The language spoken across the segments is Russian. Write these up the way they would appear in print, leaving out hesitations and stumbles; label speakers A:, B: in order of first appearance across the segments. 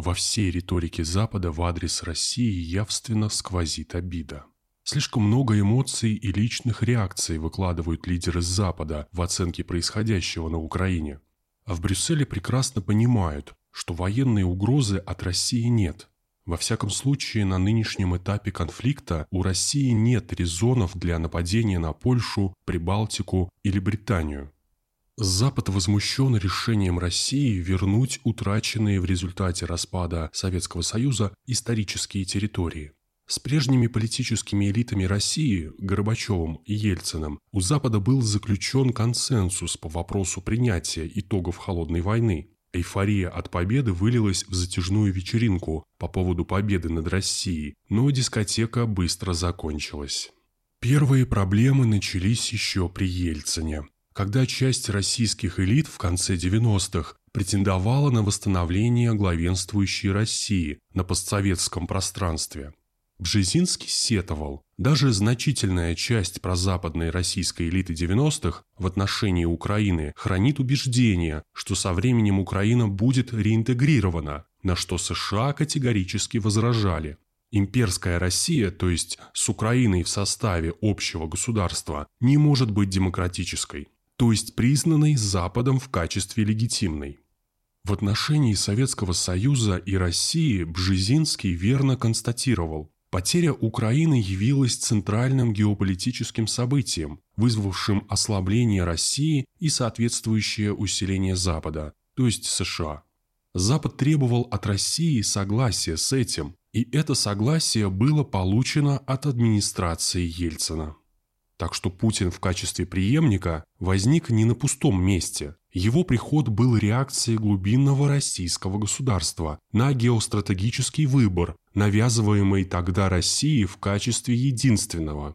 A: Во всей риторике Запада в адрес России явственно сквозит обида. Слишком много эмоций и личных реакций выкладывают лидеры Запада в оценке происходящего на Украине. А в Брюсселе прекрасно понимают, что военной угрозы от России нет. Во всяком случае, на нынешнем этапе конфликта у России нет резонов для нападения на Польшу, Прибалтику или Британию. Запад возмущен решением России вернуть утраченные в результате распада Советского Союза исторические территории. С прежними политическими элитами России, Горбачевым и Ельциным, у Запада был заключен консенсус по вопросу принятия итогов Холодной войны. Эйфория от победы вылилась в затяжную вечеринку по поводу победы над Россией, но дискотека быстро закончилась. Первые проблемы начались еще при Ельцине, когда часть российских элит в конце 90-х претендовала на восстановление главенствующей России на постсоветском пространстве. Бжезинский сетовал, даже значительная часть прозападной российской элиты 90-х в отношении Украины хранит убеждение, что со временем Украина будет реинтегрирована, на что США категорически возражали. Имперская Россия, то есть с Украиной в составе общего государства, не может быть демократической, то есть признанной Западом в качестве легитимной. В отношении Советского Союза и России Бжезинский верно констатировал: потеря Украины явилась центральным геополитическим событием, вызвавшим ослабление России и соответствующее усиление Запада, то есть США. Запад требовал от России согласия с этим, и это согласие было получено от администрации Ельцина. Так что Путин в качестве преемника возник не на пустом месте. Его приход был реакцией глубинного российского государства на геостратегический выбор, навязываемый тогда России в качестве единственного.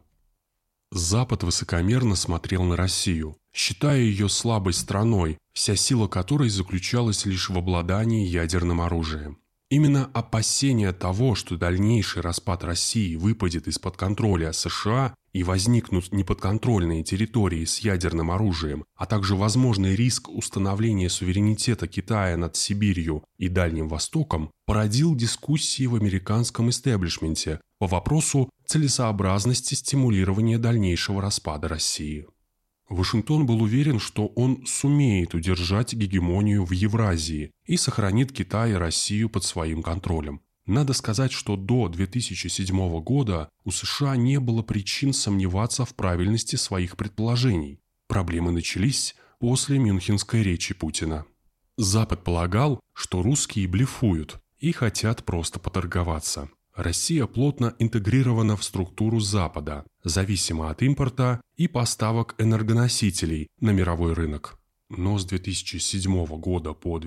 A: Запад высокомерно смотрел на Россию, считая ее слабой страной, вся сила которой заключалась лишь в обладании ядерным оружием. Именно опасения того, что дальнейший распад России выпадет из-под контроля США и возникнут неподконтрольные территории с ядерным оружием, а также возможный риск установления суверенитета Китая над Сибирью и Дальним Востоком, породил дискуссии в американском истеблишменте по вопросу целесообразности стимулирования дальнейшего распада России. Вашингтон был уверен, что он сумеет удержать гегемонию в Евразии и сохранит Китай и Россию под своим контролем. Надо сказать, что до 2007 года у США не было причин сомневаться в правильности своих предположений. Проблемы начались после Мюнхенской речи Путина. Запад полагал, что русские блефуют и хотят просто поторговаться. Россия плотно интегрирована в структуру Запада, зависима от импорта и поставок энергоносителей на мировой рынок. Но с 2007 года по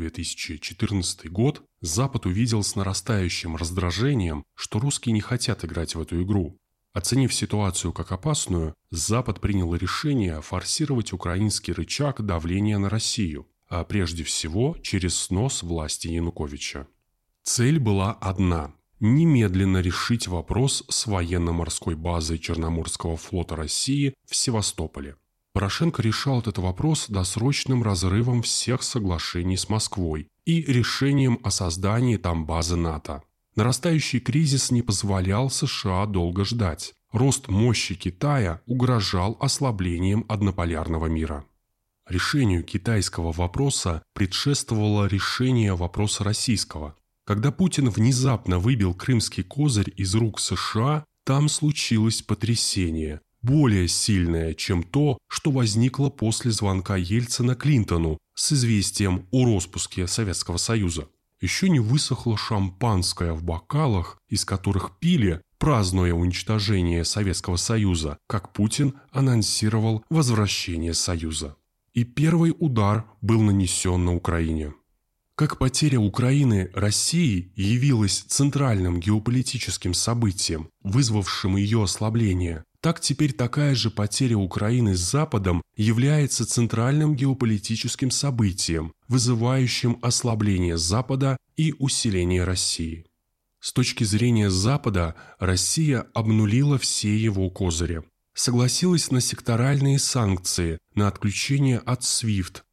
A: 2014 год Запад увидел с нарастающим раздражением, что русские не хотят играть в эту игру. Оценив ситуацию как опасную, Запад принял решение форсировать украинский рычаг давления на Россию, а прежде всего через снос власти Януковича. Цель была одна – немедленно решить вопрос с военно-морской базой Черноморского флота России в Севастополе. Порошенко решал этот вопрос досрочным разрывом всех соглашений с Москвой и решением о создании там базы НАТО. Нарастающий кризис не позволял США долго ждать. Рост мощи Китая угрожал ослаблением однополярного мира. Решению китайского вопроса предшествовало решение вопроса российского. Когда Путин внезапно выбил крымский козырь из рук США, там случилось потрясение, более сильное, чем то, что возникло после звонка Ельцина Клинтону с известием о распуске Советского Союза. Еще не высохло шампанское в бокалах, из которых пили, празднуя уничтожение Советского Союза, как Путин анонсировал возвращение Союза. И первый удар был нанесен на Украине. Как потеря Украины России явилась центральным геополитическим событием, вызвавшим ее ослабление, так теперь такая же потеря Украины с Западом является центральным геополитическим событием, вызывающим ослабление Запада и усиление России. С точки зрения Запада, Россия обнулила все его козыри. Согласилась на секторальные санкции, на отключение от SWIFT,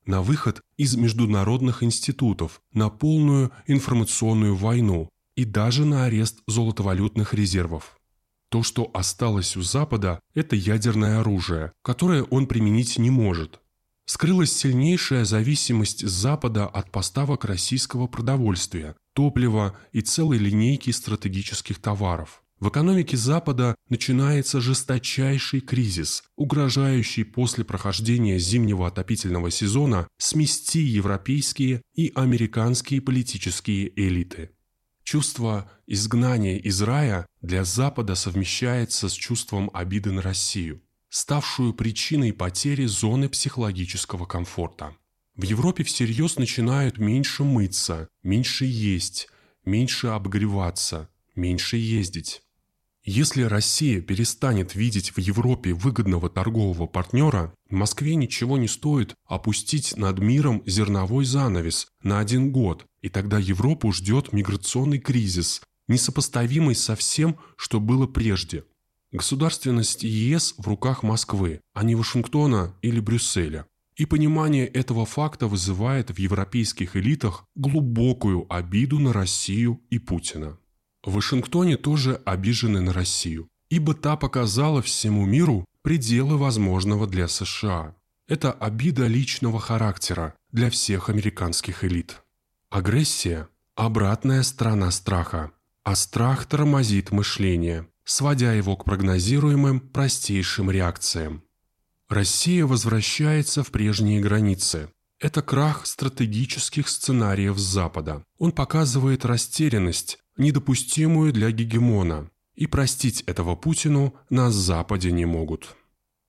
A: на выход из международных институтов, на полную информационную войну и даже на арест золотовалютных резервов. То, что осталось у Запада, это ядерное оружие, которое он применить не может. Скрылась сильнейшая зависимость Запада от поставок российского продовольствия, топлива и целой линейки стратегических товаров. В экономике Запада начинается жесточайший кризис, угрожающий после прохождения зимнего отопительного сезона смести европейские и американские политические элиты. Чувство изгнания из рая для Запада совмещается с чувством обиды на Россию, ставшую причиной потери зоны психологического комфорта. В Европе всерьез начинают меньше мыться, меньше есть, меньше обогреваться, меньше ездить. Если Россия перестанет видеть в Европе выгодного торгового партнера, Москве ничего не стоит опустить над миром зерновой занавес на 1 год, и тогда Европу ждет миграционный кризис, несопоставимый со всем, что было прежде. Государственность ЕС в руках Москвы, а не Вашингтона или Брюсселя. И понимание этого факта вызывает в европейских элитах глубокую обиду на Россию и Путина. В Вашингтоне тоже обижены на Россию, ибо та показала всему миру пределы возможного для США. Это обида личного характера для всех американских элит. Агрессия – обратная сторона страха, а страх тормозит мышление, сводя его к прогнозируемым простейшим реакциям. Россия возвращается в прежние границы. Это крах стратегических сценариев Запада. Он показывает растерянность, недопустимую для гегемона, и простить этого Путину на Западе не могут.